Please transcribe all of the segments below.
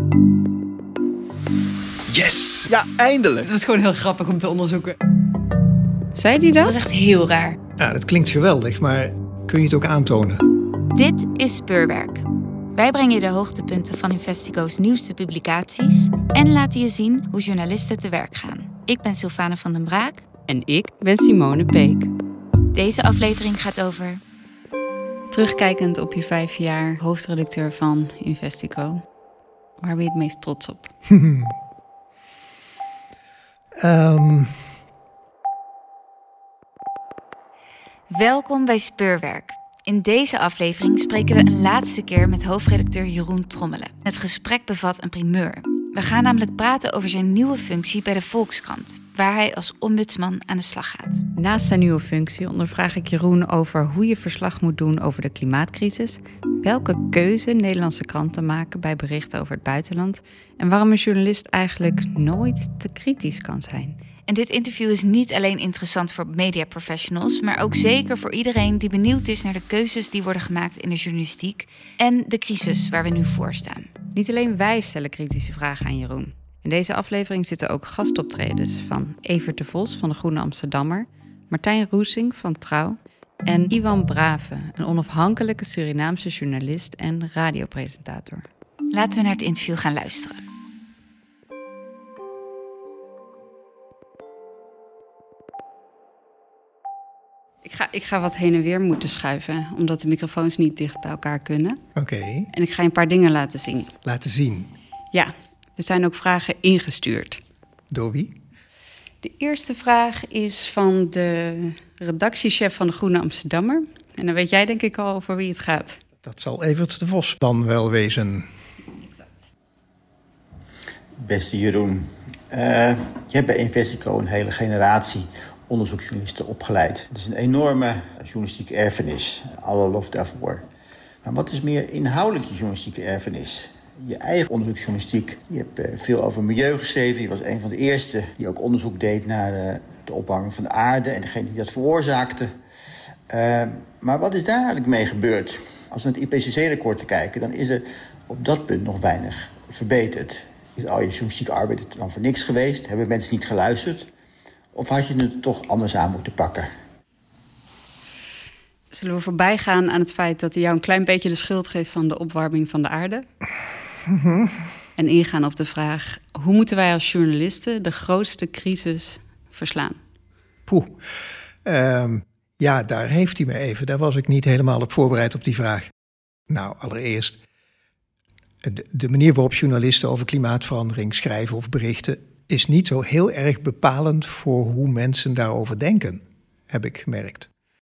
Yes! Ja, eindelijk! Dat is gewoon heel grappig om te onderzoeken. Zei die dat? Dat was echt heel raar. Ja, dat klinkt geweldig, maar kun je het ook aantonen? Dit is Speurwerk. Wij brengen je de hoogtepunten van Investigo's nieuwste publicaties en laten je zien hoe journalisten te werk gaan. Ik ben Sylvane van den Braak. En ik ben Simone Peek. Deze aflevering gaat over... Terugkijkend op je 5 jaar hoofdredacteur van Investigo. Waar ben je het meest trots op? Welkom bij Speurwerk. In deze aflevering spreken we een laatste keer met hoofdredacteur Jeroen Trommelen. Het gesprek bevat een primeur. We gaan namelijk praten over zijn nieuwe functie bij de Volkskrant, waar hij als ombudsman aan de slag gaat. Naast zijn nieuwe functie ondervraag ik Jeroen over hoe je verslag moet doen over de klimaatcrisis, welke keuze Nederlandse kranten maken bij berichten over het buitenland en waarom een journalist eigenlijk nooit te kritisch kan zijn. En dit interview is niet alleen interessant voor mediaprofessionals, maar ook zeker voor iedereen die benieuwd is naar de keuzes die worden gemaakt in de journalistiek en de crisis waar we nu voor staan. Niet alleen wij stellen kritische vragen aan Jeroen. In deze aflevering zitten ook gastoptredens van Evert de Vos van de Groene Amsterdammer, Martijn Roesink van Trouw en Iwan Brave, een onafhankelijke Surinaamse journalist en radiopresentator. Laten we naar het interview gaan luisteren. Ik ga wat heen en weer moeten schuiven, omdat de microfoons niet dicht bij elkaar kunnen. Oké. En ik ga je een paar dingen laten zien. Laten zien. Ja, er zijn ook vragen ingestuurd. Door wie? De eerste vraag is van de redactiechef van de Groene Amsterdammer. En dan weet jij denk ik al over wie het gaat. Dat zal Evert de Vos dan wel wezen. Beste Jeroen, je hebt bij Investigo een hele generatie onderzoeksjournalisten opgeleid. Het is een enorme journalistieke erfenis. Alle lof daarvoor. Maar wat is meer inhoudelijk je journalistieke erfenis? Je eigen onderzoeksjournalistiek. Je hebt veel over milieu geschreven. Je was een van de eerste die ook onderzoek deed naar de opwarming van de aarde en degene die dat veroorzaakte. Maar wat is daar eigenlijk mee gebeurd? Als we naar het IPCC-akkoord te kijken, dan is er op dat punt nog weinig verbeterd. Is al je journalistieke arbeid dan voor niks geweest? Hebben mensen niet geluisterd? Of had je het toch anders aan moeten pakken? Zullen we voorbij gaan aan het feit dat hij jou een klein beetje de schuld geeft van de opwarming van de aarde? En ingaan op de vraag, hoe moeten wij als journalisten de grootste crisis verslaan? Ja, daar heeft hij me even. Daar was ik niet helemaal op voorbereid op die vraag. Nou, allereerst, de manier waarop journalisten over klimaatverandering schrijven of berichten is niet zo heel erg bepalend voor hoe mensen daarover denken, heb ik gemerkt.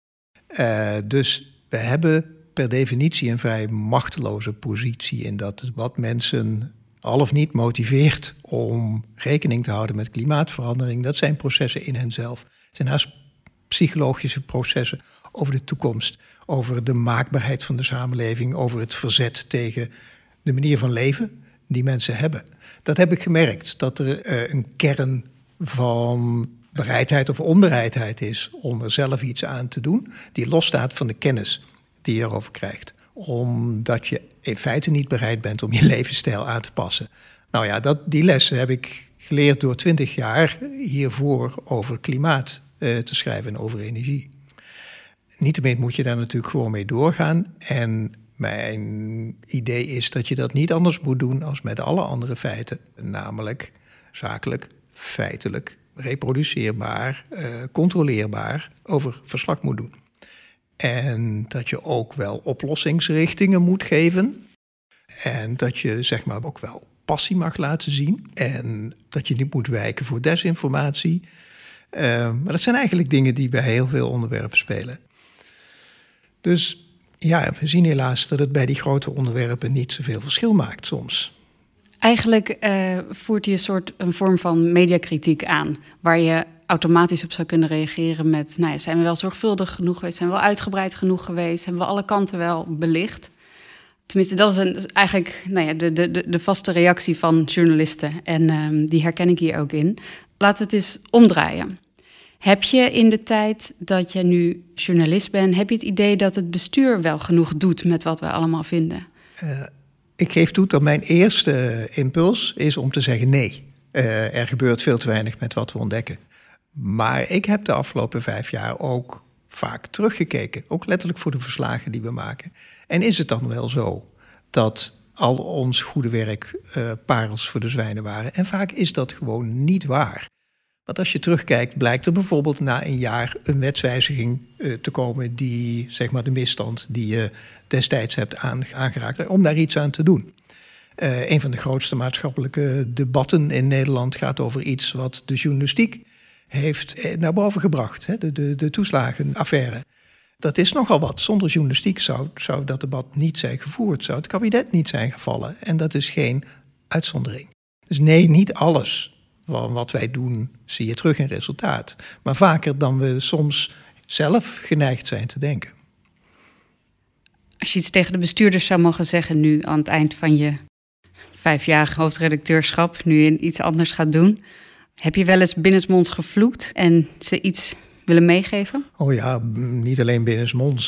Dus we hebben per definitie een vrij machteloze positie in dat wat mensen al of niet motiveert om rekening te houden met klimaatverandering, dat zijn processen in henzelf. Het zijn haast psychologische processen over de toekomst, over de maakbaarheid van de samenleving, over het verzet tegen de manier van leven die mensen hebben. Dat heb ik gemerkt, dat er een kern van bereidheid of onbereidheid is om er zelf iets aan te doen, die losstaat van de kennis die je erover krijgt. Omdat je in feite niet bereid bent om je levensstijl aan te passen. Nou ja, die lessen heb ik geleerd door 20 jaar hiervoor over klimaat te schrijven en over energie. Niettemin moet je daar natuurlijk gewoon mee doorgaan. En mijn idee is dat je dat niet anders moet doen als met alle andere feiten. Namelijk zakelijk, feitelijk, reproduceerbaar, controleerbaar over verslag moet doen. En dat je ook wel oplossingsrichtingen moet geven. En dat je zeg maar ook wel passie mag laten zien. En dat je niet moet wijken voor desinformatie. Maar dat zijn eigenlijk dingen die bij heel veel onderwerpen spelen. Dus ja, we zien helaas dat het bij die grote onderwerpen niet zoveel verschil maakt soms. Eigenlijk voert hij een vorm van mediakritiek aan, waar je automatisch op zou kunnen reageren met, nou ja, zijn we wel zorgvuldig genoeg geweest, zijn we wel uitgebreid genoeg geweest, hebben we alle kanten wel belicht. Tenminste, dat is eigenlijk de vaste reactie van journalisten en die herken ik hier ook in. Laten we het eens omdraaien. Heb je in de tijd dat je nu journalist bent, heb je het idee dat het bestuur wel genoeg doet met wat we allemaal vinden? Ik geef toe dat mijn eerste impuls is om te zeggen nee. Er gebeurt veel te weinig met wat we ontdekken. Maar ik heb de afgelopen 5 jaar ook vaak teruggekeken. Ook letterlijk voor de verslagen die we maken. En is het dan wel zo dat al ons goede werk parels voor de zwijnen waren? En vaak is dat gewoon niet waar. Want als je terugkijkt, blijkt er bijvoorbeeld na een jaar een wetswijziging te komen die, zeg maar, de misstand die je destijds hebt aangeraakt, om daar iets aan te doen. Een van de grootste maatschappelijke debatten in Nederland gaat over iets wat de journalistiek heeft naar boven gebracht. Hè? De toeslagenaffaire. Dat is nogal wat. Zonder journalistiek zou dat debat niet zijn gevoerd. Zou het kabinet niet zijn gevallen. En dat is geen uitzondering. Dus nee, niet alles van wat wij doen zie je terug in resultaat. Maar vaker dan we soms zelf geneigd zijn te denken. Als je iets tegen de bestuurders zou mogen zeggen nu aan het eind van je 5-jarig hoofdredacteurschap, nu je iets anders gaat doen, heb je wel eens binnensmonds gevloekt en ze iets willen meegeven? Oh ja, niet alleen binnensmonds.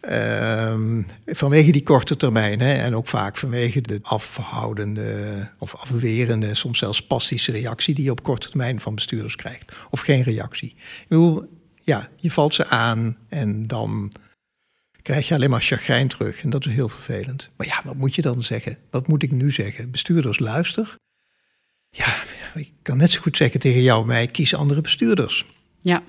Vanwege die korte termijn, hè, en ook vaak vanwege de afhoudende of afwerende, soms zelfs pastische reactie die je op korte termijn van bestuurders krijgt. Of geen reactie. Ik bedoel, ja, je valt ze aan en dan krijg je alleen maar chagrijn terug. En dat is heel vervelend. Maar ja, wat moet je dan zeggen? Wat moet ik nu zeggen? Bestuurders, luister. Ja, ik kan net zo goed zeggen tegen jou, mij, kies andere bestuurders. Ja.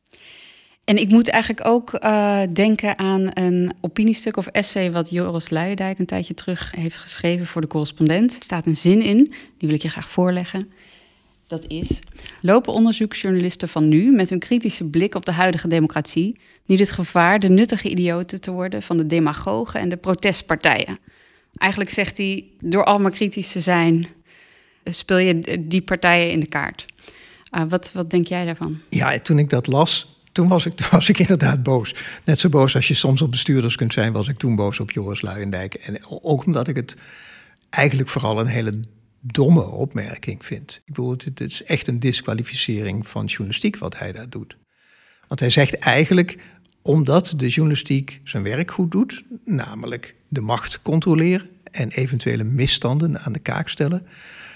En ik moet eigenlijk ook denken aan een opiniestuk of essay wat Joris Luijendijk een tijdje terug heeft geschreven voor de Correspondent. Er staat een zin in, die wil ik je graag voorleggen. Dat is: lopen onderzoeksjournalisten van nu met hun kritische blik op de huidige democratie niet het gevaar de nuttige idioten te worden van de demagogen en de protestpartijen? Eigenlijk zegt hij, door allemaal kritisch te zijn, speel je die partijen in de kaart. Wat denk jij daarvan? Ja, toen ik dat las, toen was ik inderdaad boos. Net zo boos als je soms op bestuurders kunt zijn, was ik toen boos op Joris Luijendijk. En ook omdat ik het eigenlijk vooral een hele domme opmerking vind. Ik bedoel, het is echt een disqualificering van journalistiek wat hij daar doet. Want hij zegt eigenlijk, omdat de journalistiek zijn werk goed doet, namelijk de macht controleren en eventuele misstanden aan de kaak stellen,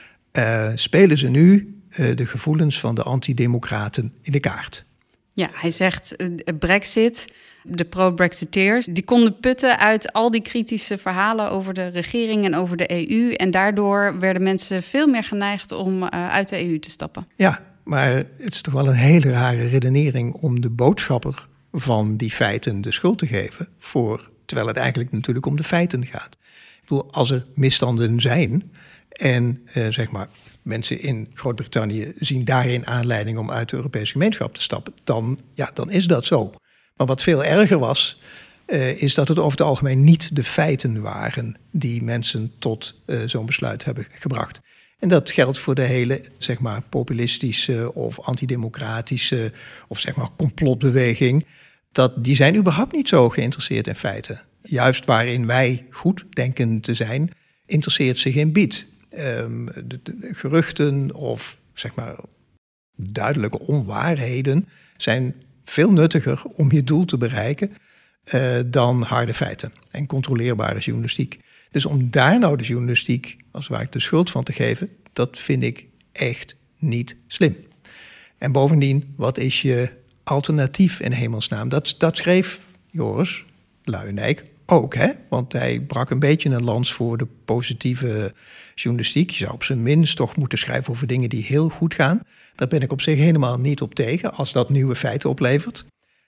spelen ze nu de gevoelens van de antidemocraten in de kaart. Ja, hij zegt Brexit, de pro-Brexiteers, die konden putten uit al die kritische verhalen over de regering en over de EU. En daardoor werden mensen veel meer geneigd om uit de EU te stappen. Ja, maar het is toch wel een hele rare redenering om de boodschapper van die feiten de schuld te geven, terwijl het eigenlijk natuurlijk om de feiten gaat. Ik bedoel, als er misstanden zijn en zeg maar mensen in Groot-Brittannië zien daarin aanleiding om uit de Europese gemeenschap te stappen, dan is dat zo. Maar wat veel erger was, is dat het over het algemeen niet de feiten waren die mensen tot zo'n besluit hebben gebracht. En dat geldt voor de hele, zeg maar, populistische of antidemocratische of zeg maar complotbeweging. Die zijn überhaupt niet zo geïnteresseerd in feiten. Juist waarin wij goed denken te zijn, interesseert ze geen bied. De geruchten of zeg maar duidelijke onwaarheden zijn veel nuttiger om je doel te bereiken dan harde feiten en controleerbare journalistiek. Dus om daar nou de journalistiek als het ware de schuld van te geven, dat vind ik echt niet slim. En bovendien, wat is je alternatief in hemelsnaam? Dat schreef Joris Luijendijk ook, hè? Want hij brak een beetje een lans voor de positieve journalistiek. Je zou op zijn minst toch moeten schrijven over dingen die heel goed gaan. Daar ben ik op zich helemaal niet op tegen, als dat nieuwe feiten oplevert.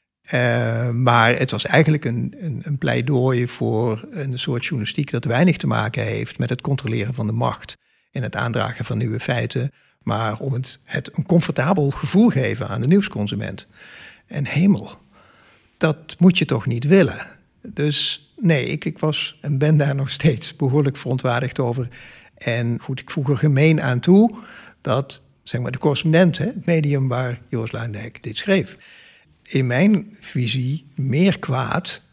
Maar het was eigenlijk een pleidooi voor een soort journalistiek dat weinig te maken heeft met het controleren van de macht en het aandragen van nieuwe feiten, maar om het een comfortabel gevoel geven aan de nieuwsconsument. En hemel, dat moet je toch niet willen? Dus nee, ik was en ben daar nog steeds behoorlijk verontwaardigd over. En goed, ik voeg er gemeen aan toe dat, zeg maar, de Correspondent, het medium waar Joris Luijendijk dit schreef, in mijn visie meer kwaad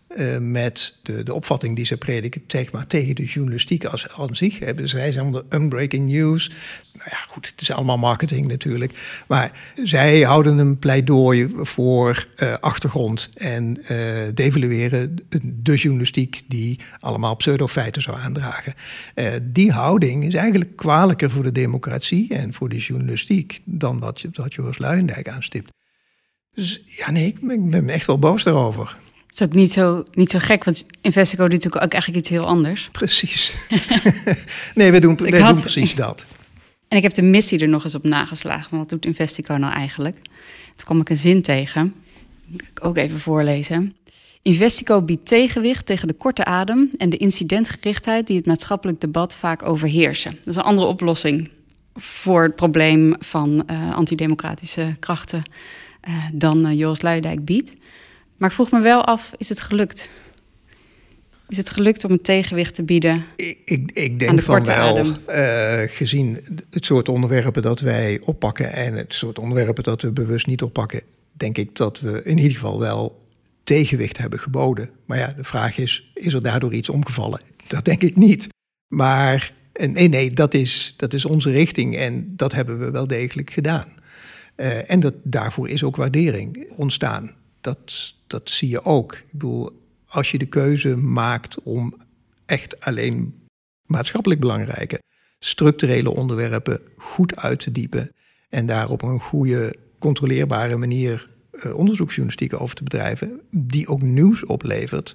met de opvatting die ze prediken, zeg maar, tegen de journalistiek als aan zich. Zij zijn onder unbreaking news. Nou ja, goed, het is allemaal marketing natuurlijk. Maar zij houden een pleidooi voor achtergrond en devalueren de journalistiek die allemaal pseudofeiten zou aandragen. Die houding is eigenlijk kwalijker voor de democratie en voor de journalistiek dan wat Joost Luijendijk aanstipt. Dus ja, nee, ik ben echt wel boos daarover. Het is ook niet zo gek, want Investico doet natuurlijk ook eigenlijk iets heel anders. Precies. Nee, wij doen precies dat. En ik heb de missie er nog eens op nageslagen. Van wat doet Investico nou eigenlijk? Toen kwam ik een zin tegen. Dat moet ik ook even voorlezen. Investico biedt tegenwicht tegen de korte adem en de incidentgerichtheid die het maatschappelijk debat vaak overheersen. Dat is een andere oplossing voor het probleem van antidemocratische krachten dan Joost Luijendijk biedt. Maar ik vroeg me wel af, is het gelukt? Is het gelukt om een tegenwicht te bieden? Ik denk van wel, gezien het soort onderwerpen dat wij oppakken en het soort onderwerpen dat we bewust niet oppakken, denk ik dat we in ieder geval wel tegenwicht hebben geboden. Maar ja, de vraag is er daardoor iets omgevallen? Dat denk ik niet. Maar nee, dat is onze richting en dat hebben we wel degelijk gedaan. En daarvoor is ook waardering ontstaan. Dat zie je ook. Ik bedoel, als je de keuze maakt om echt alleen maatschappelijk belangrijke, structurele onderwerpen goed uit te diepen en daar op een goede, controleerbare manier onderzoeksjournalistiek over te bedrijven, die ook nieuws oplevert,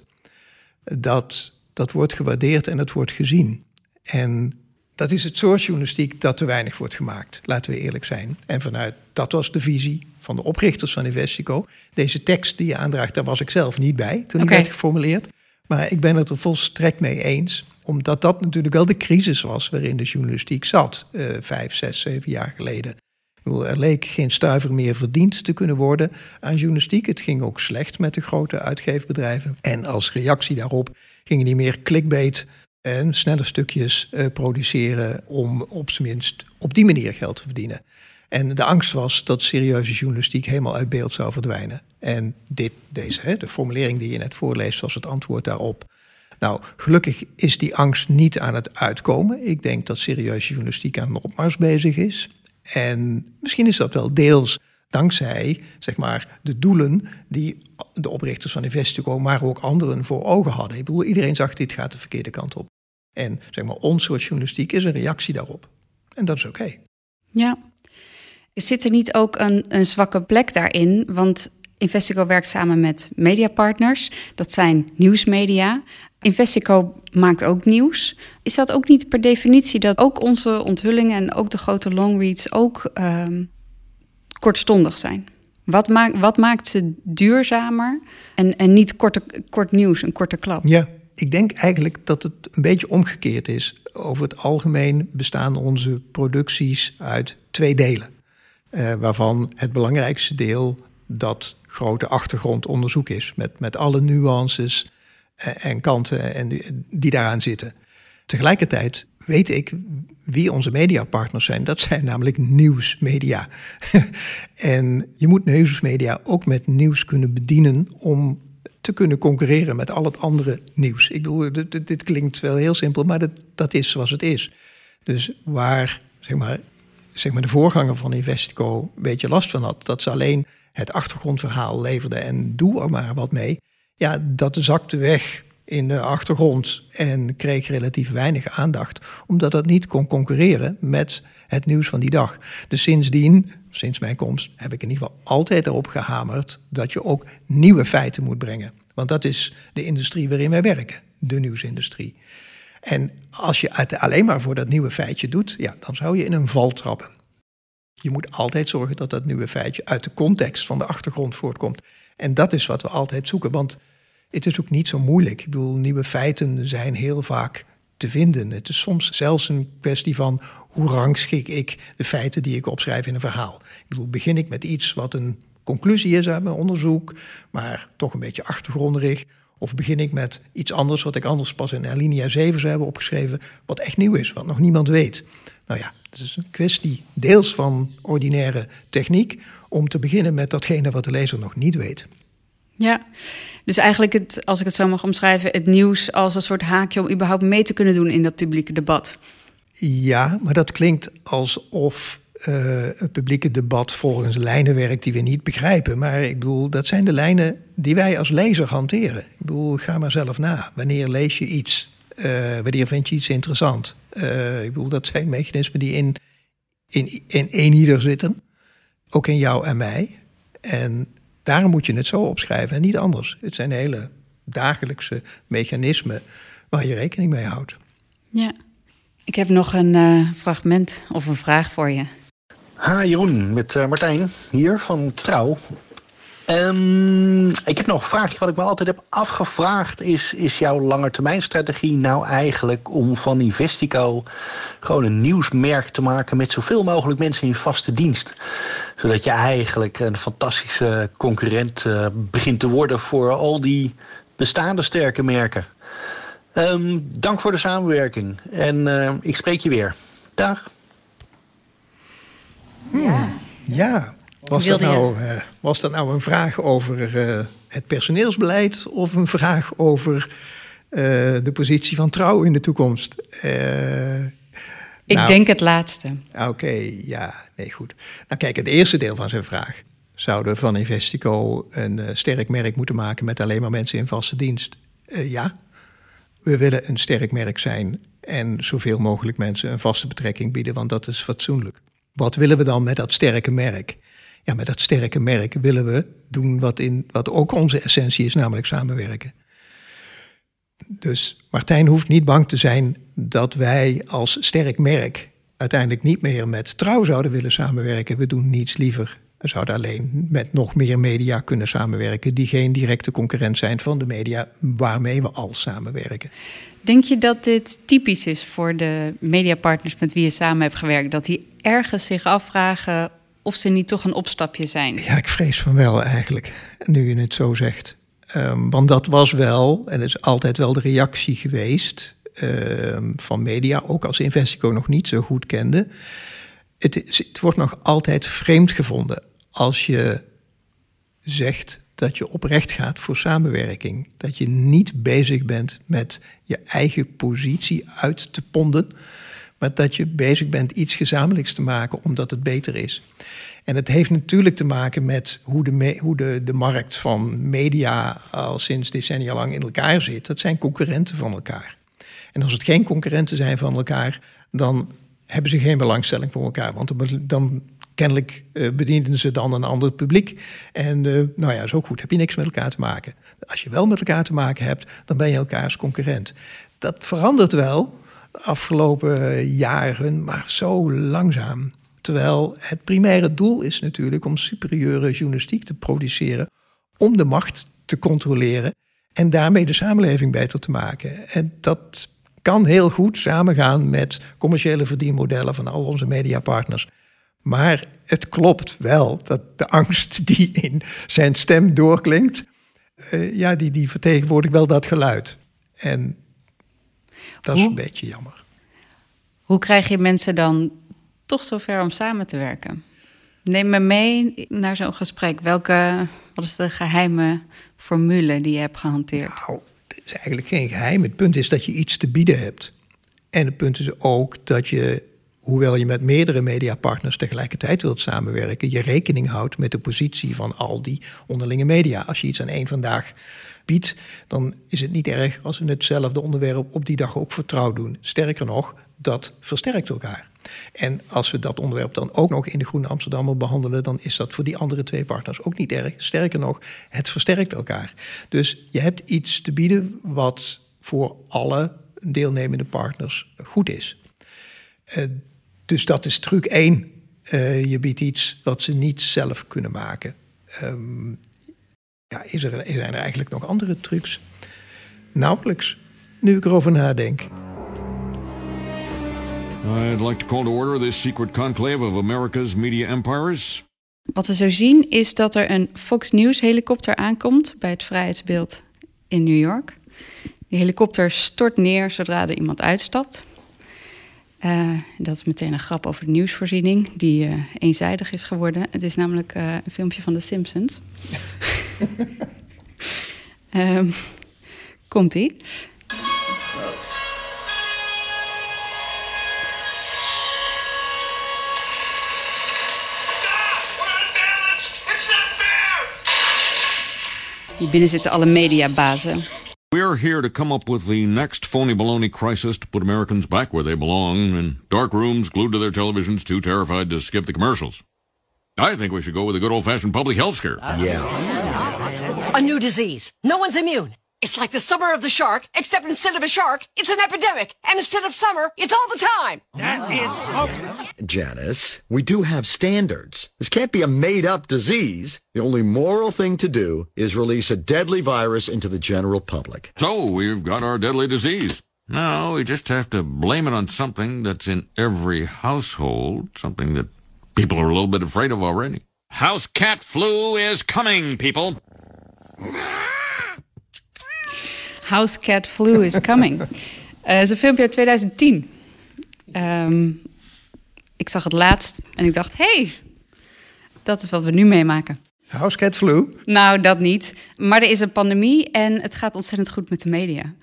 dat wordt gewaardeerd en dat wordt gezien. En dat is het soort journalistiek dat te weinig wordt gemaakt, laten we eerlijk zijn. En dat was de visie van de oprichters van Investico. Deze tekst die je aandraagt, daar was ik zelf niet bij toen die werd geformuleerd. Maar ik ben het er volstrekt mee eens, omdat dat natuurlijk wel de crisis was waarin de journalistiek zat 5, 6, 7 jaar geleden. Ik bedoel, er leek geen stuiver meer verdiend te kunnen worden aan journalistiek. Het ging ook slecht met de grote uitgeefbedrijven. En als reactie daarop gingen die meer clickbait en snelle stukjes produceren om op zijn minst op die manier geld te verdienen. En de angst was dat serieuze journalistiek helemaal uit beeld zou verdwijnen. En de formulering die je net voorleest was het antwoord daarop. Nou, gelukkig is die angst niet aan het uitkomen. Ik denk dat serieuze journalistiek aan een opmars bezig is. En misschien is dat wel deels dankzij, zeg maar, de doelen die de oprichters van Investico, maar ook anderen voor ogen hadden. Ik bedoel, iedereen zag dit gaat de verkeerde kant op. En zeg maar, ons soort journalistiek is een reactie daarop. En dat is oké. Ja. Zit er niet ook een zwakke plek daarin? Want Investico werkt samen met mediapartners. Dat zijn nieuwsmedia. Investico maakt ook nieuws. Is dat ook niet per definitie dat ook onze onthullingen en ook de grote longreads ook kortstondig zijn? Wat maakt ze duurzamer en niet kort nieuws, een korte klap? Ja, ik denk eigenlijk dat het een beetje omgekeerd is. Over het algemeen bestaan onze producties uit 2 delen. Waarvan het belangrijkste deel dat grote achtergrondonderzoek is. Met alle nuances en kanten die daaraan zitten. Tegelijkertijd weet ik wie onze mediapartners zijn. Dat zijn namelijk nieuwsmedia. En je moet nieuwsmedia ook met nieuws kunnen bedienen om te kunnen concurreren met al het andere nieuws. Ik bedoel, dit klinkt wel heel simpel, maar dat is zoals het is. Dus waar, zeg maar, de voorganger van Investico een beetje last van had, dat ze alleen het achtergrondverhaal leverden en doe er maar wat mee. Ja, dat zakte weg in de achtergrond en kreeg relatief weinig aandacht, omdat dat niet kon concurreren met het nieuws van die dag. Dus sinds mijn komst, heb ik in ieder geval altijd erop gehamerd dat je ook nieuwe feiten moet brengen. Want dat is de industrie waarin wij werken, de nieuwsindustrie. En als je het alleen maar voor dat nieuwe feitje doet, ja, dan zou je in een val trappen. Je moet altijd zorgen dat dat nieuwe feitje uit de context van de achtergrond voortkomt. En dat is wat we altijd zoeken, want het is ook niet zo moeilijk. Ik bedoel, nieuwe feiten zijn heel vaak te vinden. Het is soms zelfs een kwestie van hoe rangschik ik de feiten die ik opschrijf in een verhaal. Ik bedoel, begin ik met iets wat een conclusie is uit mijn onderzoek, maar toch een beetje achtergrondig. Of begin ik met iets anders wat ik anders pas in Alinea 7 zou hebben opgeschreven, wat echt nieuw is, wat nog niemand weet. Nou ja, het is een kwestie deels van ordinaire techniek om te beginnen met datgene wat de lezer nog niet weet. Ja, dus eigenlijk als ik het zo mag omschrijven, het nieuws als een soort haakje om überhaupt mee te kunnen doen in dat publieke debat. Ja, maar dat klinkt alsof het publieke debat volgens lijnen werkt die we niet begrijpen. Maar ik bedoel, dat zijn de lijnen die wij als lezer hanteren. Ik bedoel, ga maar zelf na. Wanneer lees je iets? Wanneer vind je iets interessant? Ik bedoel, dat zijn mechanismen die in ieder zitten. Ook in jou en mij. En daarom moet je het zo opschrijven en niet anders. Het zijn hele dagelijkse mechanismen waar je rekening mee houdt. Ja. Ik heb nog een fragment of een vraag voor je. Ha, Jeroen, met Martijn hier van Trouw. Ik heb nog een vraagje wat ik me altijd heb afgevraagd. Is jouw langetermijnstrategie nou eigenlijk om van Investico gewoon een nieuwsmerk te maken met zoveel mogelijk mensen in vaste dienst? Zodat je eigenlijk een fantastische concurrent begint te worden voor al die bestaande sterke merken. Dank voor de samenwerking en ik spreek je weer. Dag. Ja. Was dat nou een vraag over het personeelsbeleid of een vraag over de positie van Trouw in de toekomst? Ik denk het laatste. Oké, goed. Nou kijk, het eerste deel van zijn vraag. Zouden we van Investico een sterk merk moeten maken met alleen maar mensen in vaste dienst? Ja, we willen een sterk merk zijn en zoveel mogelijk mensen een vaste betrekking bieden, want dat is fatsoenlijk. Wat willen we dan met dat sterke merk? Ja, met dat sterke merk willen we doen wat ook onze essentie is, namelijk samenwerken. Dus Martijn hoeft niet bang te zijn dat wij als sterk merk uiteindelijk niet meer met Trouw zouden willen samenwerken. We doen niets liever. We zouden alleen met nog meer media kunnen samenwerken die geen directe concurrent zijn van de media waarmee we al samenwerken. Denk je dat dit typisch is voor de mediapartners met wie je samen hebt gewerkt? Dat die ergens zich afvragen of ze niet toch een opstapje zijn? Ja, ik vrees van wel eigenlijk, nu je het zo zegt. Want dat was wel, en is altijd wel de reactie geweest van media, ook als Investico nog niet zo goed kende. Het wordt nog altijd vreemd gevonden als je zegt dat je oprecht gaat voor samenwerking. Dat je niet bezig bent met je eigen positie uit te ponden, maar dat je bezig bent iets gezamenlijks te maken omdat het beter is. En het heeft natuurlijk te maken met hoe de markt van media al sinds decennia lang in elkaar zit. Dat zijn concurrenten van elkaar. En als het geen concurrenten zijn van elkaar, dan hebben ze geen belangstelling voor elkaar. Want dan kennelijk bedienen ze dan een ander publiek. En is ook goed, heb je niks met elkaar te maken. Als je wel met elkaar te maken hebt, dan ben je elkaars concurrent. Dat verandert wel de afgelopen jaren, maar zo langzaam. Terwijl het primaire doel is natuurlijk om superieure journalistiek te produceren, om de macht te controleren en daarmee de samenleving beter te maken. En dat kan heel goed samengaan met commerciële verdienmodellen van al onze mediapartners. Maar het klopt wel dat de angst die in zijn stem doorklinkt, die vertegenwoordigt wel dat geluid. En dat is een beetje jammer. Hoe krijg je mensen dan toch zover om samen te werken? Neem me mee naar zo'n gesprek. Wat is de geheime formule die je hebt gehanteerd? Nou, het is eigenlijk geen geheim. Het punt is dat je iets te bieden hebt. En het punt is ook dat je, hoewel je met meerdere mediapartners tegelijkertijd wilt samenwerken, je rekening houdt met de positie van al die onderlinge media. Als je iets aan één vandaag biedt, dan is het niet erg als we hetzelfde onderwerp op die dag ook voor Trouw doen. Sterker nog, dat versterkt elkaar. En als we dat onderwerp dan ook nog in de Groene Amsterdammer behandelen, dan is dat voor die andere twee partners ook niet erg. Sterker nog, het versterkt elkaar. Dus je hebt iets te bieden wat voor alle deelnemende partners goed is. Dus dat is truc 1. Je biedt iets wat ze niet zelf kunnen maken. Zijn er eigenlijk nog andere trucs? Nauwelijks, nu ik erover nadenk. I'd like to call to order this secret conclave of America's media empires. Wat we zo zien is dat er een Fox News helikopter aankomt bij het Vrijheidsbeeld in New York. Die helikopter stort neer zodra er iemand uitstapt. Dat is meteen een grap over de nieuwsvoorziening die eenzijdig is geworden. Het is namelijk een filmpje van The Simpsons. Komt-ie. Hier binnen zitten alle mediabazen. We're here to come up with the next phony baloney crisis to put Americans back where they belong, in dark rooms, glued to their televisions, too terrified to skip the commercials. I think we should go with a good old-fashioned public health scare. A new disease. No one's immune. It's like the summer of the shark, except instead of a shark, it's an epidemic. And instead of summer, it's all the time. That is smoking. Janice, we do have standards. This can't be a made-up disease. The only moral thing to do is release a deadly virus into the general public. So, we've got our deadly disease. Now, we just have to blame it on something that's in every household, something that people are a little bit afraid of already. House cat flu is coming, people. House cat flu is coming. Is een filmpje uit 2010. Ik zag het laatst en ik dacht, hey, dat is wat we nu meemaken. House cat flu? Nou, dat niet. Maar er is een pandemie en het gaat ontzettend goed met de media.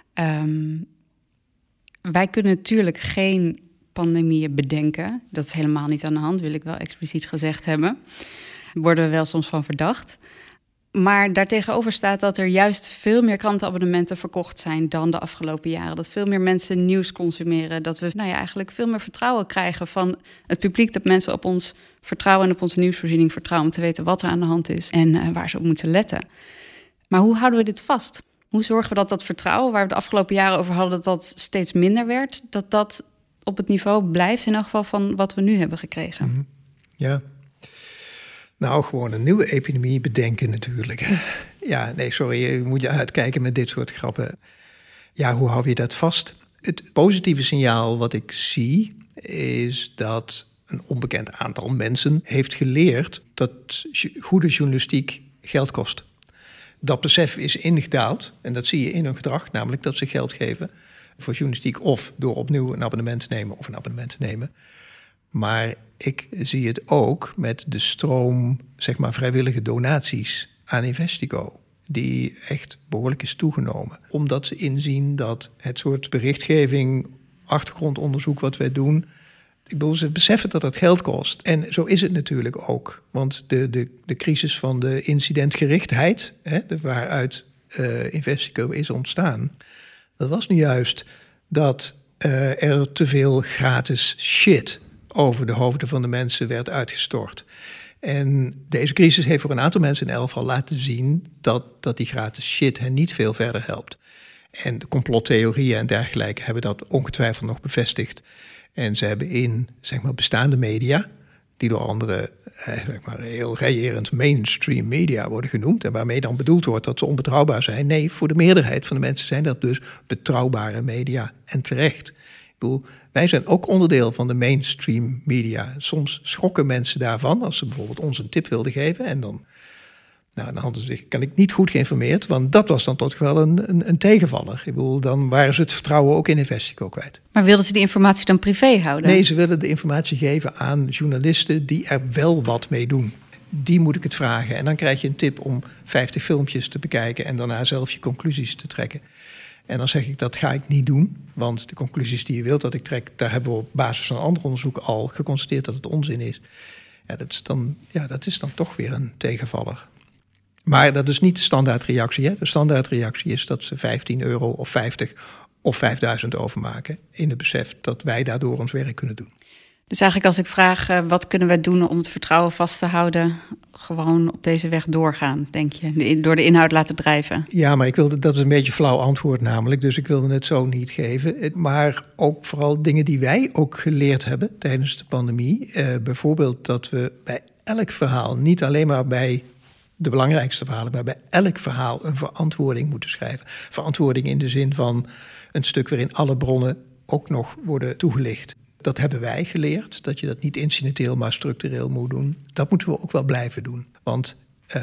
Wij kunnen natuurlijk geen pandemieën bedenken. Dat is helemaal niet aan de hand, wil ik wel expliciet gezegd hebben. Daar worden we wel soms van verdacht. Maar daartegenover staat dat er juist veel meer krantenabonnementen verkocht zijn dan de afgelopen jaren. Dat veel meer mensen nieuws consumeren. Dat we eigenlijk veel meer vertrouwen krijgen van het publiek. Dat mensen op ons vertrouwen en op onze nieuwsvoorziening vertrouwen om te weten wat er aan de hand is en waar ze op moeten letten. Maar hoe houden we dit vast? Hoe zorgen we dat dat vertrouwen waar we de afgelopen jaren over hadden, dat steeds minder werd, dat dat op het niveau blijft in elk geval van wat we nu hebben gekregen? Mm-hmm. Ja. Nou, gewoon een nieuwe epidemie bedenken natuurlijk. Ja, nee, sorry, je moet je uitkijken met dit soort grappen. Ja, hoe hou je dat vast? Het positieve signaal wat ik zie is dat een onbekend aantal mensen heeft geleerd dat goede journalistiek geld kost. Dat besef is ingedaald en dat zie je in hun gedrag, namelijk dat ze geld geven voor journalistiek of door opnieuw een abonnement te nemen of een abonnement te nemen. Maar ik zie het ook met de stroom, vrijwillige donaties aan Investico, die echt behoorlijk is toegenomen. Omdat ze inzien dat het soort berichtgeving, achtergrondonderzoek wat wij doen, ze beseffen dat het geld kost. En zo is het natuurlijk ook. Want de crisis van de incidentgerichtheid, waaruit Investico is ontstaan, dat was nu juist dat er te veel gratis shit over de hoofden van de mensen werd uitgestort. En deze crisis heeft voor een aantal mensen in elk geval laten zien dat die gratis shit hen niet veel verder helpt. En de complottheorieën en dergelijke hebben dat ongetwijfeld nog bevestigd. En ze hebben in bestaande media, die door anderen heel reëerend mainstream media worden genoemd, en waarmee dan bedoeld wordt dat ze onbetrouwbaar zijn. Nee, voor de meerderheid van de mensen zijn dat dus betrouwbare media en terecht. Ik bedoel, wij zijn ook onderdeel van de mainstream media. Soms schrokken mensen daarvan als ze bijvoorbeeld ons een tip wilden geven. En dan hadden ze zich, kan ik niet goed geïnformeerd, want dat was dan toch wel een tegenvaller. Ik bedoel, dan waren ze het vertrouwen ook in Investico kwijt. Maar wilden ze die informatie dan privé houden? Nee, ze willen de informatie geven aan journalisten die er wel wat mee doen. Die moet ik het vragen. En dan krijg je een tip om 50 filmpjes te bekijken en daarna zelf je conclusies te trekken. En dan zeg ik, dat ga ik niet doen. Want de conclusies die je wilt dat ik trek, daar hebben we op basis van ander onderzoek al geconstateerd dat het onzin is. Ja, dat is dan toch weer een tegenvaller. Maar dat is niet de standaardreactie. Hè? De standaardreactie is dat ze €15 of 50 of 5000 overmaken. In het besef dat wij daardoor ons werk kunnen doen. Dus eigenlijk als ik vraag, wat kunnen we doen om het vertrouwen vast te houden, gewoon op deze weg doorgaan, denk je? Door de inhoud laten drijven? Ja, maar dat is een beetje flauw antwoord namelijk. Dus ik wilde het zo niet geven. Maar ook vooral dingen die wij ook geleerd hebben tijdens de pandemie. Bijvoorbeeld dat we bij elk verhaal, niet alleen maar bij de belangrijkste verhalen, maar bij elk verhaal een verantwoording moeten schrijven. Verantwoording in de zin van een stuk waarin alle bronnen ook nog worden toegelicht. Dat hebben wij geleerd, dat je dat niet incidenteel, maar structureel moet doen. Dat moeten we ook wel blijven doen. Want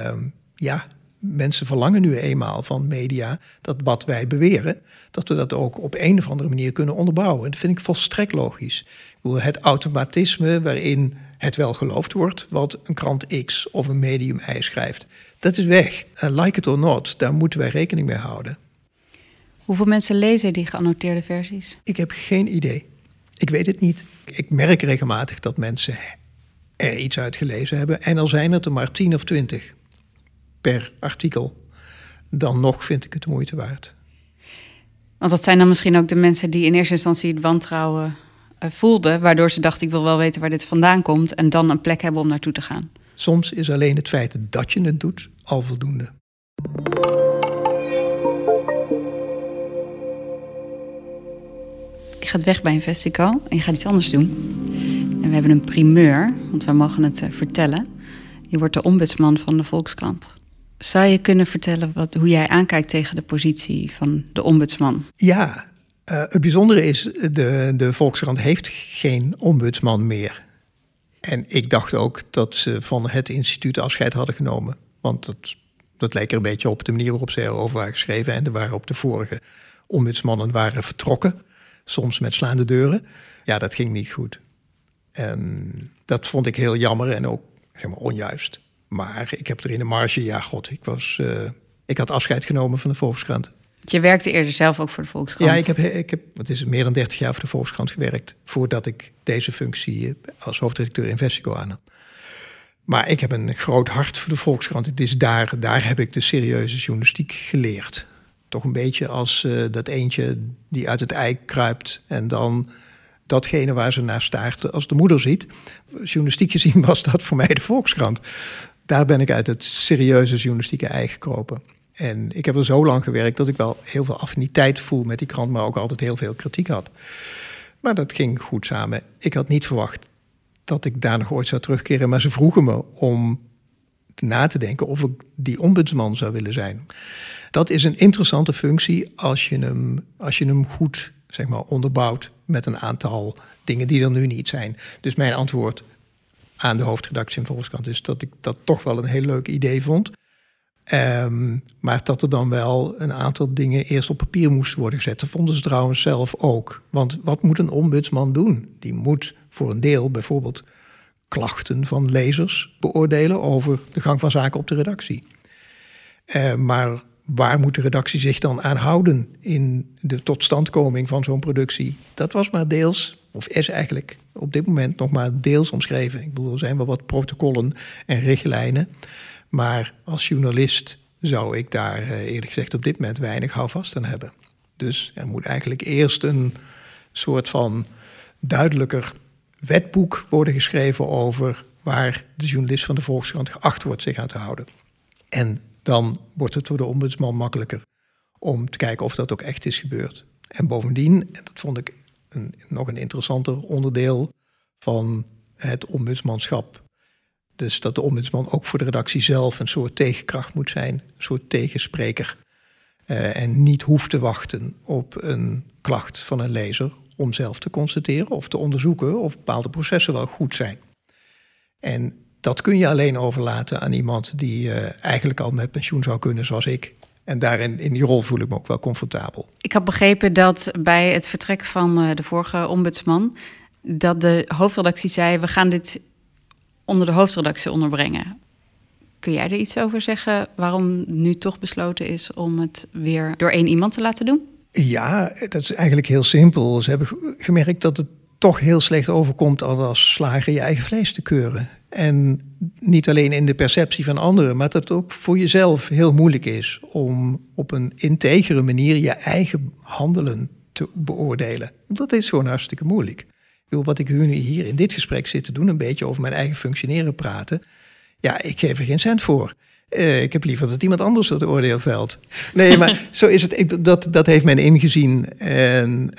mensen verlangen nu eenmaal van media dat wat wij beweren, dat we dat ook op een of andere manier kunnen onderbouwen. En dat vind ik volstrekt logisch. Ik bedoel, het automatisme waarin het wel geloofd wordt wat een krant X of een medium Y schrijft. Dat is weg. Like it or not, daar moeten wij rekening mee houden. Hoeveel mensen lezen die geannoteerde versies? Ik heb geen idee. Ik weet het niet. Ik merk regelmatig dat mensen er iets uit gelezen hebben. En al zijn het er maar 10 of 20 per artikel. Dan nog vind ik het de moeite waard. Want dat zijn dan misschien ook de mensen die in eerste instantie het wantrouwen voelden, waardoor ze dachten, ik wil wel weten waar dit vandaan komt, en dan een plek hebben om naartoe te gaan. Soms is alleen het feit dat je het doet al voldoende. Je gaat weg bij Investico en je gaat iets anders doen. En we hebben een primeur, want wij mogen het vertellen. Je wordt de ombudsman van de Volkskrant. Zou je kunnen vertellen hoe jij aankijkt tegen de positie van de ombudsman? Ja, het bijzondere is, de Volkskrant heeft geen ombudsman meer. En ik dacht ook dat ze van het instituut afscheid hadden genomen. Want dat leek er een beetje op de manier waarop ze erover waren geschreven en waarop de vorige ombudsmannen waren vertrokken. Soms met slaande deuren. Ja, dat ging niet goed. En dat vond ik heel jammer en ook onjuist. Maar ik heb er in de marge, ik had afscheid genomen van de Volkskrant. Je werkte eerder zelf ook voor de Volkskrant. Ja, ik heb meer dan 30 jaar voor de Volkskrant gewerkt, voordat ik deze functie als hoofdredacteur Investico aannam. Maar ik heb een groot hart voor de Volkskrant. Het is daar heb ik de serieuze journalistiek geleerd. Toch een beetje als dat eendje die uit het ei kruipt en dan datgene waar ze naar staart als de moeder ziet. Journalistiek gezien was dat voor mij de Volkskrant. Daar ben ik uit het serieuze journalistieke ei gekropen. En ik heb er zo lang gewerkt dat ik wel heel veel affiniteit voel met die krant, maar ook altijd heel veel kritiek had. Maar dat ging goed samen. Ik had niet verwacht dat ik daar nog ooit zou terugkeren, maar ze vroegen me om na te denken of ik die ombudsman zou willen zijn. Dat is een interessante functie als je hem goed onderbouwt met een aantal dingen die er nu niet zijn. Dus mijn antwoord aan de hoofdredactie van Volkskrant is dat ik dat toch wel een heel leuk idee vond. Maar dat er dan wel een aantal dingen eerst op papier moesten worden gezet. Dat vonden ze trouwens zelf ook. Want wat moet een ombudsman doen? Die moet voor een deel bijvoorbeeld klachten van lezers beoordelen over de gang van zaken op de redactie. Maar waar moet de redactie zich dan aan houden in de totstandkoming van zo'n productie? Dat was maar deels, of is eigenlijk op dit moment nog maar deels omschreven. Ik bedoel, er zijn wel wat protocollen en richtlijnen. Maar als journalist zou ik daar eerlijk gezegd op dit moment weinig houvast aan hebben. Dus er moet eigenlijk eerst een soort van duidelijker wetboek worden geschreven over waar de journalist van de Volkskrant geacht wordt zich aan te houden. En dan wordt het voor de ombudsman makkelijker om te kijken of dat ook echt is gebeurd. En bovendien, en dat vond ik nog een interessanter onderdeel van het ombudsmanschap, dus dat de ombudsman ook voor de redactie zelf een soort tegenkracht moet zijn, een soort tegenspreker. En niet hoeft te wachten op een klacht van een lezer om zelf te constateren of te onderzoeken of bepaalde processen wel goed zijn. En dat kun je alleen overlaten aan iemand die eigenlijk al met pensioen zou kunnen zoals ik. En daarin in die rol voel ik me ook wel comfortabel. Ik had begrepen dat bij het vertrek van de vorige ombudsman, dat de hoofdredactie zei, we gaan dit onder de hoofdredactie onderbrengen. Kun jij er iets over zeggen waarom nu toch besloten is om het weer door één iemand te laten doen? Ja, dat is eigenlijk heel simpel. Ze hebben gemerkt dat het toch heel slecht overkomt als slager je eigen vlees te keuren. En niet alleen in de perceptie van anderen, maar dat het ook voor jezelf heel moeilijk is om op een integere manier je eigen handelen te beoordelen. Dat is gewoon hartstikke moeilijk. Ik bedoel, wat ik nu hier in dit gesprek zit te doen, een beetje over mijn eigen functioneren praten. Ja, ik geef er geen cent voor. Ik heb liever dat iemand anders dat oordeel velt. Nee, maar zo is het. Dat heeft men ingezien. En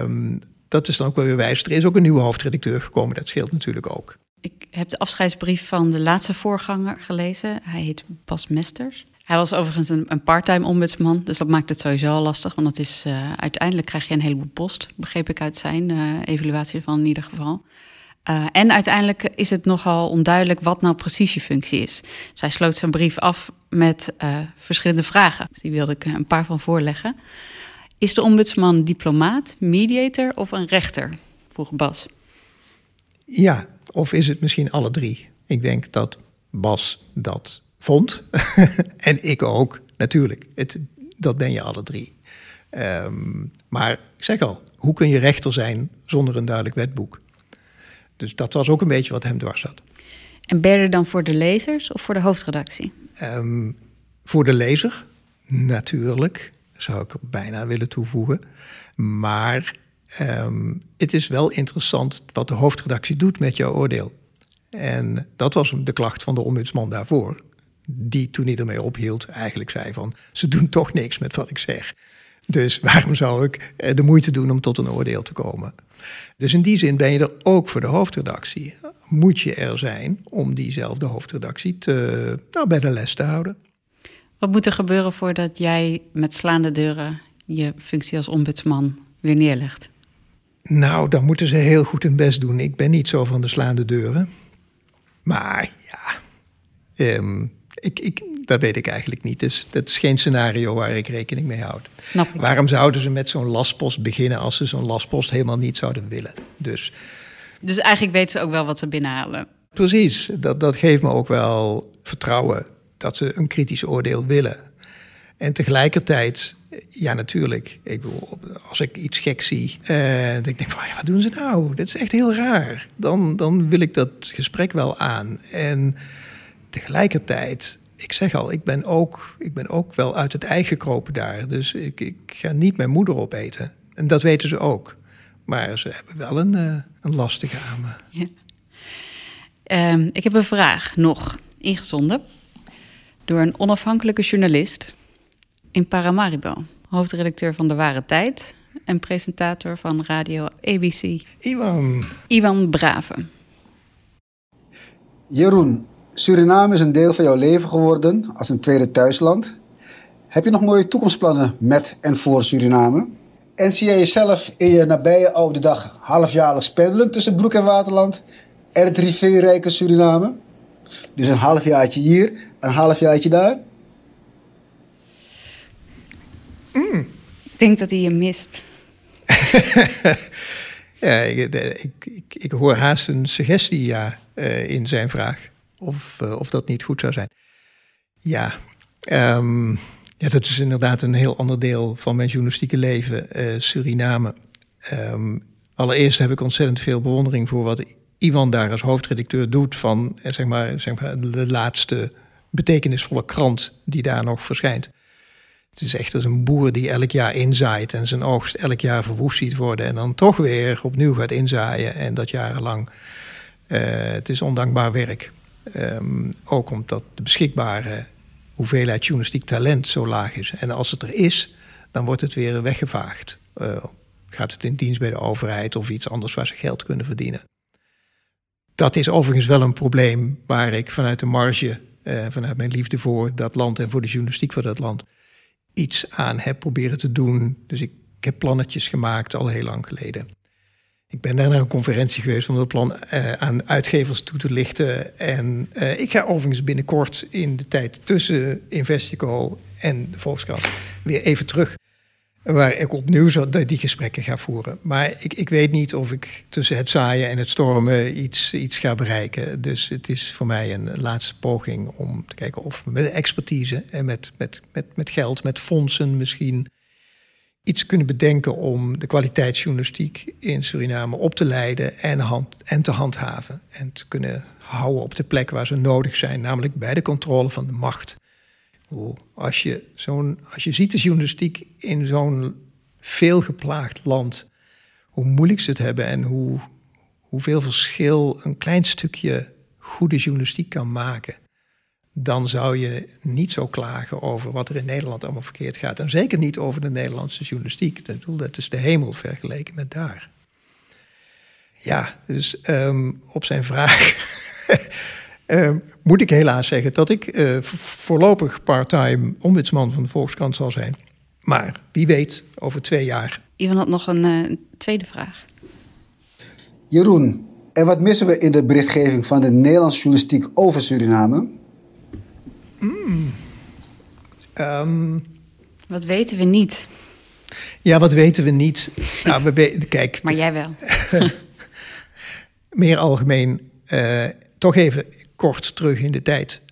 dat is dan ook wel weer wijs. Er is ook een nieuwe hoofdredacteur gekomen. Dat scheelt natuurlijk ook. Ik heb de afscheidsbrief van de laatste voorganger gelezen. Hij heet Bas Mesters. Hij was overigens een part-time ombudsman. Dus dat maakt het sowieso al lastig. Want dat is, uiteindelijk krijg je een heleboel post. Begreep ik uit zijn evaluatie ervan in ieder geval. En uiteindelijk is het nogal onduidelijk wat nou precies je functie is. Dus hij sloot zijn brief af met verschillende vragen. Dus die wilde ik een paar van voorleggen. Is de ombudsman diplomaat, mediator of een rechter? Vroeg Bas. Ja, Of is het misschien alle drie? Ik denk dat Bas dat vond. En ik ook, natuurlijk. Dat ben je alle drie. Maar ik zeg al, hoe kun je rechter zijn zonder een duidelijk wetboek? Dus dat was ook een beetje wat hem dwars zat. En ben je er dan voor de lezers of voor de hoofdredactie? Voor de lezer, natuurlijk, zou ik er bijna willen toevoegen. Maar het is wel interessant wat de hoofdredactie doet met jouw oordeel. En dat was de klacht van de ombudsman daarvoor. Die toen hij ermee ophield eigenlijk zei van, ze doen toch niks met wat ik zeg. Dus waarom zou ik de moeite doen om tot een oordeel te komen? Dus in die zin ben je er ook voor de hoofdredactie. Moet je er zijn om diezelfde hoofdredactie bij de les te houden. Wat moet er gebeuren voordat jij met slaande deuren je functie als ombudsman weer neerlegt? Nou, dan moeten ze heel goed hun best doen. Ik ben niet zo van de slaande deuren. Maar ja, dat weet ik eigenlijk niet. Dus dat is geen scenario waar ik rekening mee houd. Snap ik. Waarom zouden ze met zo'n lastpost beginnen als ze zo'n lastpost helemaal niet zouden willen? Dus eigenlijk weten ze ook wel wat ze binnenhalen. Precies, dat geeft me ook wel vertrouwen dat ze een kritisch oordeel willen. En tegelijkertijd, ja natuurlijk, ik bedoel, als ik iets gek zie, dan denk ik van, ja, wat doen ze nou? Dat is echt heel raar. Dan wil ik dat gesprek wel aan. En tegelijkertijd, ik zeg al, ik ben ook wel uit het ei gekropen daar. Dus ik ga niet mijn moeder opeten. En dat weten ze ook. Maar ze hebben wel een lastige aan me. Ja. Ik heb een vraag nog ingezonden door een onafhankelijke journalist in Paramaribo. Hoofdredacteur van De Ware Tijd en presentator van radio ABC. Iwan Braven. Jeroen, Suriname is een deel van jouw leven geworden als een tweede thuisland. Heb je nog mooie toekomstplannen met en voor Suriname? En zie jij jezelf in je nabije oude dag halfjaarlijks pendelen tussen Broek en Waterland en het rivierrijke Suriname? Dus een halfjaartje hier, een halfjaartje daar? Ik denk dat hij je mist. Ja, ik hoor haast een suggestie in zijn vraag. Of dat niet goed zou zijn. Ja, dat is inderdaad een heel ander deel van mijn journalistieke leven, Suriname. Allereerst heb ik ontzettend veel bewondering voor wat Iwan daar als hoofdredacteur doet van zeg maar, de laatste betekenisvolle krant die daar nog verschijnt. Het is echt als een boer die elk jaar inzaait en zijn oogst elk jaar verwoest ziet worden en dan toch weer opnieuw gaat inzaaien en dat jarenlang. Het is ondankbaar werk. Ook omdat de beschikbare hoeveelheid journalistiek talent zo laag is. En als het er is, dan wordt het weer weggevaagd. Gaat het in dienst bij de overheid of iets anders waar ze geld kunnen verdienen. Dat is overigens wel een probleem waar ik vanuit de marge, vanuit mijn liefde voor dat land en voor de journalistiek van dat land, iets aan heb proberen te doen. Dus ik heb plannetjes gemaakt al heel lang geleden. Ik ben daar naar een conferentie geweest om dat plan aan uitgevers toe te lichten. En ik ga overigens binnenkort in de tijd tussen Investico en de Volkskrant weer even terug. Waar ik opnieuw die gesprekken ga voeren. Maar ik weet niet of ik tussen het zaaien en het stormen iets ga bereiken. Dus het is voor mij een laatste poging om te kijken of we met expertise en met geld, met fondsen misschien iets kunnen bedenken om de kwaliteitsjournalistiek in Suriname op te leiden en te handhaven. En te kunnen houden op de plek waar ze nodig zijn, namelijk bij de controle van de macht. Als je ziet de journalistiek in zo'n veelgeplaagd land, hoe moeilijk ze het hebben en hoeveel verschil een klein stukje goede journalistiek kan maken, dan zou je niet zo klagen over wat er in Nederland allemaal verkeerd gaat. En zeker niet over de Nederlandse journalistiek. Dat is de hemel vergeleken met daar. Ja, dus op zijn vraag moet ik helaas zeggen dat ik voorlopig part-time ombudsman van de Volkskrant zal zijn. Maar wie weet, over 2 jaar. Iwan had nog een tweede vraag. Jeroen, en wat missen we in de berichtgeving van de Nederlandse journalistiek over Suriname? Wat weten we niet? Ja, wat weten we niet? Nou, kijk, maar jij wel. Meer algemeen, Toch even kort terug in de tijd.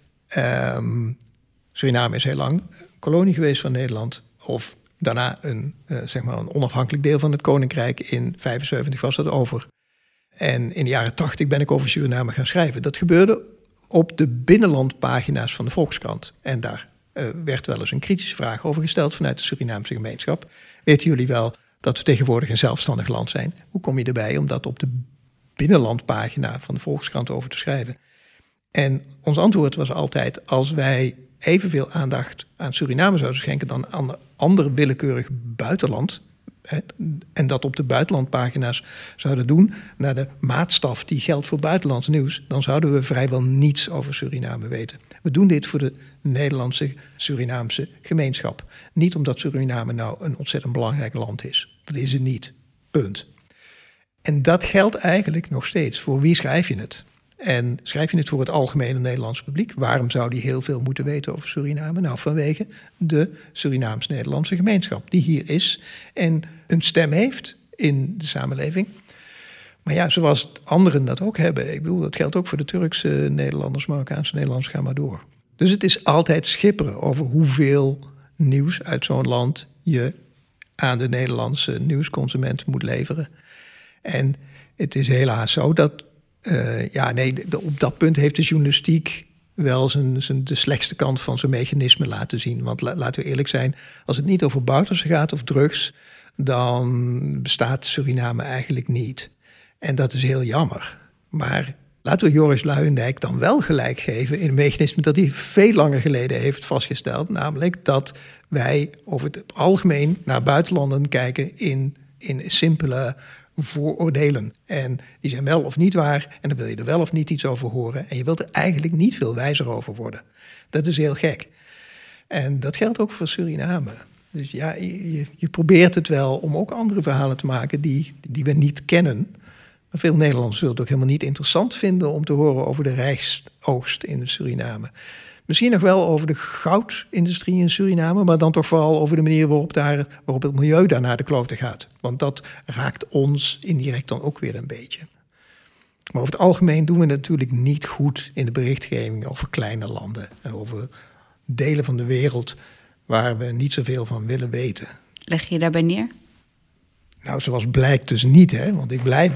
Suriname is heel lang kolonie geweest van Nederland. Of daarna een onafhankelijk deel van het Koninkrijk. In 1975 was dat over. En in de jaren 80 ben ik over Suriname gaan schrijven. Dat gebeurde op de binnenlandpagina's van de Volkskrant. En daar werd wel eens een kritische vraag over gesteld vanuit de Surinaamse gemeenschap. Weten jullie wel dat we tegenwoordig een zelfstandig land zijn? Hoe kom je erbij om dat op de binnenlandpagina van de Volkskrant over te schrijven? En ons antwoord was altijd, als wij evenveel aandacht aan Suriname zouden schenken dan aan ander willekeurig buitenland, en dat op de buitenlandpagina's zouden doen naar de maatstaf die geldt voor buitenlands nieuws, dan zouden we vrijwel niets over Suriname weten. We doen dit voor de Nederlandse Surinaamse gemeenschap. Niet omdat Suriname nou een ontzettend belangrijk land is. Dat is het niet. Punt. En dat geldt eigenlijk nog steeds. Voor wie schrijf je het? En schrijf je het voor het algemene Nederlands publiek? Waarom zou die heel veel moeten weten over Suriname? Nou, vanwege de Surinaams-Nederlandse gemeenschap die hier is en een stem heeft in de samenleving. Maar ja, zoals anderen dat ook hebben. Ik bedoel, dat geldt ook voor de Turkse Nederlanders, Marokkaanse Nederlanders, ga maar door. Dus het is altijd schipperen over hoeveel nieuws uit zo'n land je aan de Nederlandse nieuwsconsument moet leveren. En het is helaas zo dat op dat punt heeft de journalistiek wel de slechtste kant van zijn mechanisme laten zien. Want laten we eerlijk zijn, als het niet over Bouterse gaat of drugs, dan bestaat Suriname eigenlijk niet. En dat is heel jammer. Maar laten we Joris Luijendijk dan wel gelijk geven in een mechanisme dat hij veel langer geleden heeft vastgesteld. Namelijk dat wij over het algemeen naar buitenlanden kijken in simpele vooroordelen. En die zijn wel of niet waar. En dan wil je er wel of niet iets over horen. En je wilt er eigenlijk niet veel wijzer over worden. Dat is heel gek. En dat geldt ook voor Suriname. Dus ja, je probeert het wel om ook andere verhalen te maken die we niet kennen. Maar veel Nederlanders zullen het ook helemaal niet interessant vinden om te horen over de rijstoogst in Suriname. Misschien nog wel over de goudindustrie in Suriname, maar dan toch vooral over de manier waarop het milieu daar naar de kloten gaat. Want dat raakt ons indirect dan ook weer een beetje. Maar over het algemeen doen we het natuurlijk niet goed in de berichtgeving over kleine landen. En over delen van de wereld waar we niet zoveel van willen weten. Leg je daarbij neer? Nou, zoals blijkt dus niet, hè? Want ik blijf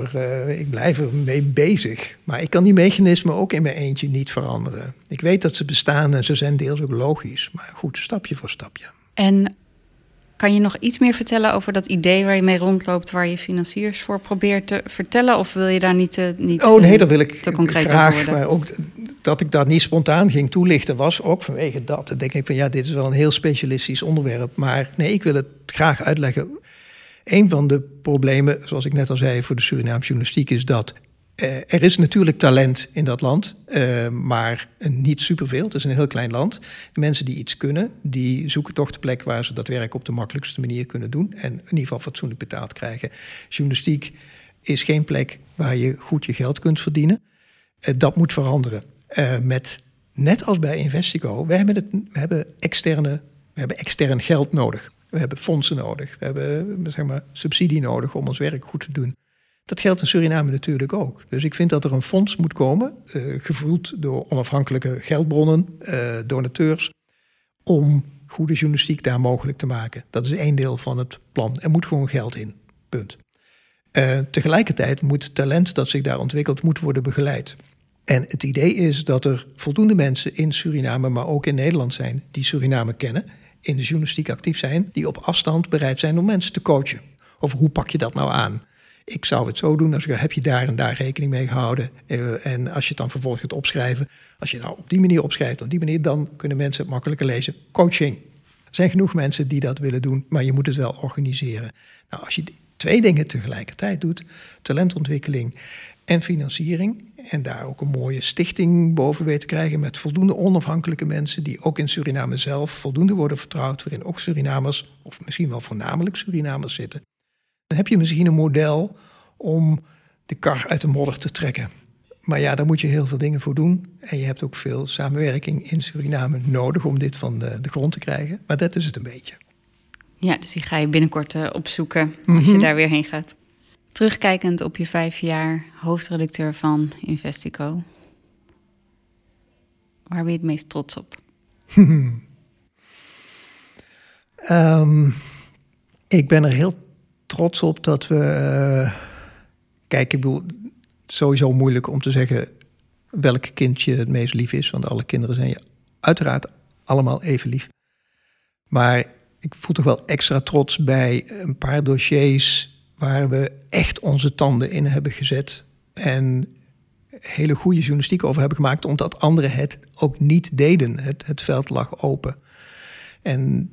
er mee bezig. Maar ik kan die mechanismen ook in mijn eentje niet veranderen. Ik weet dat ze bestaan en ze zijn deels ook logisch. Maar goed, stapje voor stapje. En kan je nog iets meer vertellen over dat idee waar je mee rondloopt, waar je financiers voor probeert te vertellen? Of wil je daar niet daar wil ik te concreet graag, over worden? maar ook dat ik dat niet spontaan ging toelichten was ook vanwege dat. Dan denk ik van ja, dit is wel een heel specialistisch onderwerp. Maar nee, ik wil het graag uitleggen. Een van de problemen, zoals ik net al zei, voor de Surinaamse journalistiek is dat er is natuurlijk talent in dat land, maar niet superveel. Het is een heel klein land. De mensen die iets kunnen, die zoeken toch de plek waar ze dat werk op de makkelijkste manier kunnen doen en in ieder geval fatsoenlijk betaald krijgen. Journalistiek is geen plek waar je goed je geld kunt verdienen. Dat moet veranderen. Net als bij Investico, we hebben extern geld nodig. We hebben fondsen nodig. We hebben subsidie nodig om ons werk goed te doen. Dat geldt in Suriname natuurlijk ook. Dus ik vind dat er een fonds moet komen, gevoeld door onafhankelijke geldbronnen, donateurs, om goede journalistiek daar mogelijk te maken. Dat is één deel van het plan. Er moet gewoon geld in. Punt. Tegelijkertijd moet talent dat zich daar ontwikkelt, moet worden begeleid. En het idee is dat er voldoende mensen in Suriname, maar ook in Nederland zijn, die Suriname kennen, in de journalistiek actief zijn, die op afstand bereid zijn om mensen te coachen. Of hoe pak je dat nou aan? Ik zou het zo doen, heb je daar en daar rekening mee gehouden? En als je het dan vervolgens gaat opschrijven, als je nou op die manier opschrijft, op die manier, dan kunnen mensen het makkelijker lezen. Coaching. Er zijn genoeg mensen die dat willen doen, maar je moet het wel organiseren. Nou, als je 2 dingen tegelijkertijd doet, talentontwikkeling en financiering, en daar ook een mooie stichting boven weet te krijgen met voldoende onafhankelijke mensen die ook in Suriname zelf voldoende worden vertrouwd, waarin ook Surinamers, of misschien wel voornamelijk Surinamers zitten, dan heb je misschien een model om de kar uit de modder te trekken. Maar ja, daar moet je heel veel dingen voor doen. En je hebt ook veel samenwerking in Suriname nodig om dit van de grond te krijgen. Maar dat is het een beetje. Ja, dus die ga je binnenkort opzoeken als je daar weer heen gaat. Terugkijkend op je 5 jaar hoofdredacteur van Investico, waar ben je het meest trots op? Ik ben er heel trots op dat we... Kijk, ik bedoel, sowieso moeilijk om te zeggen welk kindje het meest lief is. Want alle kinderen zijn je uiteraard allemaal even lief. Maar ik voel toch wel extra trots bij een paar dossiers waar we echt onze tanden in hebben gezet. En hele goede journalistiek over hebben gemaakt, omdat anderen het ook niet deden. Het veld lag open. En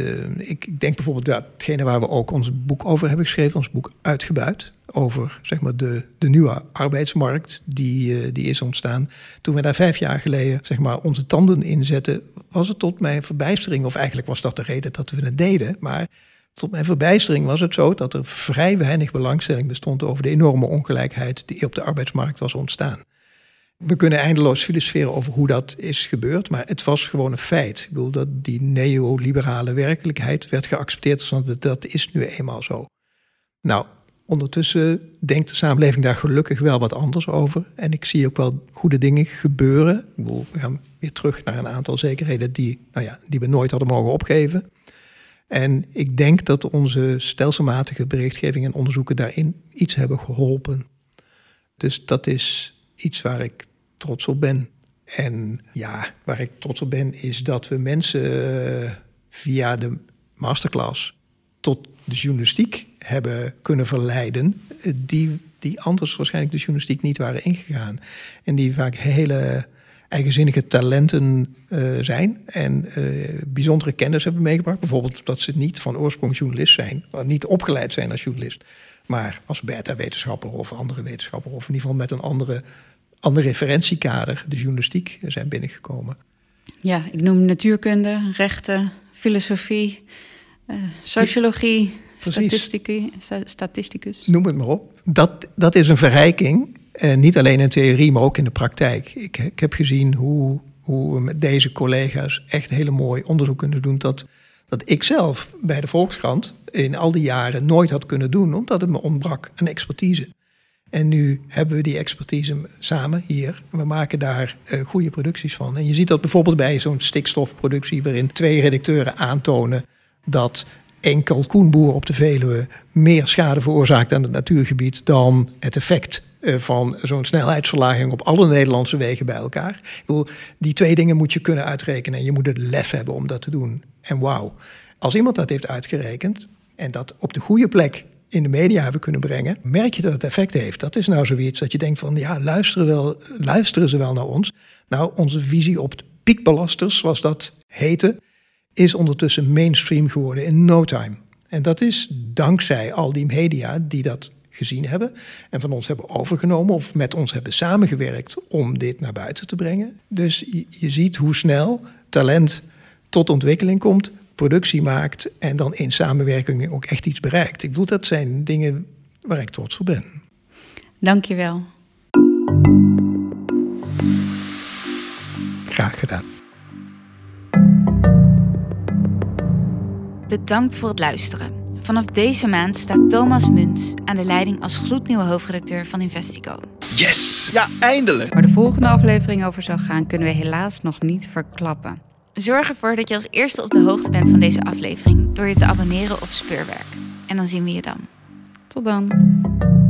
ik denk bijvoorbeeld dat hetgene waar we ook ons boek over hebben geschreven, ons boek Uitgebuit, over zeg maar de nieuwe arbeidsmarkt die is ontstaan. Toen we daar 5 jaar geleden zeg maar onze tanden in zetten, was het tot mijn verbijstering, of eigenlijk was dat de reden dat we het deden, maar tot mijn verbijstering was het zo dat er vrij weinig belangstelling bestond over de enorme ongelijkheid die op de arbeidsmarkt was ontstaan. We kunnen eindeloos filosoferen over hoe dat is gebeurd, maar het was gewoon een feit. Ik bedoel, dat die neoliberale werkelijkheid werd geaccepteerd, want dat is nu eenmaal zo. Nou, ondertussen denkt de samenleving daar gelukkig wel wat anders over. En ik zie ook wel goede dingen gebeuren. Ik bedoel, we gaan weer terug naar een aantal zekerheden die we nooit hadden mogen opgeven. En ik denk dat onze stelselmatige berichtgeving en onderzoeken daarin iets hebben geholpen. Dus dat is iets waar ik trots op ben. En ja, waar ik trots op ben is dat we mensen via de masterclass tot de journalistiek hebben kunnen verleiden die anders waarschijnlijk de journalistiek niet waren ingegaan. En die vaak hele eigenzinnige talenten zijn en bijzondere kennis hebben meegebracht. Bijvoorbeeld dat ze niet van oorsprong journalist zijn, niet opgeleid zijn als journalist, maar als beta-wetenschapper of andere wetenschapper, of in ieder geval met een ander referentiekader de journalistiek zijn binnengekomen. Ja, ik noem natuurkunde, rechten, filosofie, sociologie, statisticus. Noem het maar op. Dat is een verrijking. Niet alleen in theorie, maar ook in de praktijk. Ik heb gezien hoe we met deze collega's echt hele mooi onderzoek kunnen doen. Dat ik zelf bij de Volkskrant in al die jaren nooit had kunnen doen, omdat het me ontbrak aan expertise. En nu hebben we die expertise samen hier. We maken daar goede producties van. En je ziet dat bijvoorbeeld bij zo'n stikstofproductie, waarin 2 redacteuren aantonen dat 1 kalkoenboer op de Veluwe meer schade veroorzaakt aan het natuurgebied dan het effect van zo'n snelheidsverlaging op alle Nederlandse wegen bij elkaar. Ik bedoel, die 2 dingen moet je kunnen uitrekenen en je moet het lef hebben om dat te doen. En wauw, als iemand dat heeft uitgerekend en dat op de goede plek in de media hebben kunnen brengen, merk je dat het effect heeft. Dat is nou zoiets dat je denkt van, ja, luisteren ze wel naar ons? Nou, onze visie op de piekbelasters, zoals dat heette, is ondertussen mainstream geworden in no time. En dat is dankzij al die media die dat gezien hebben en van ons hebben overgenomen of met ons hebben samengewerkt om dit naar buiten te brengen. Dus je ziet hoe snel talent tot ontwikkeling komt, productie maakt en dan in samenwerking ook echt iets bereikt. Ik bedoel, dat zijn dingen waar ik trots op ben. Dank je wel. Graag gedaan. Bedankt voor het luisteren. Vanaf deze maand staat Thomas Muntz aan de leiding als gloednieuwe hoofdredacteur van Investico. Yes! Ja, eindelijk! Waar de volgende aflevering over zou gaan, kunnen we helaas nog niet verklappen. Zorg ervoor dat je als eerste op de hoogte bent van deze aflevering door je te abonneren op Speurwerk. En dan zien we je dan. Tot dan.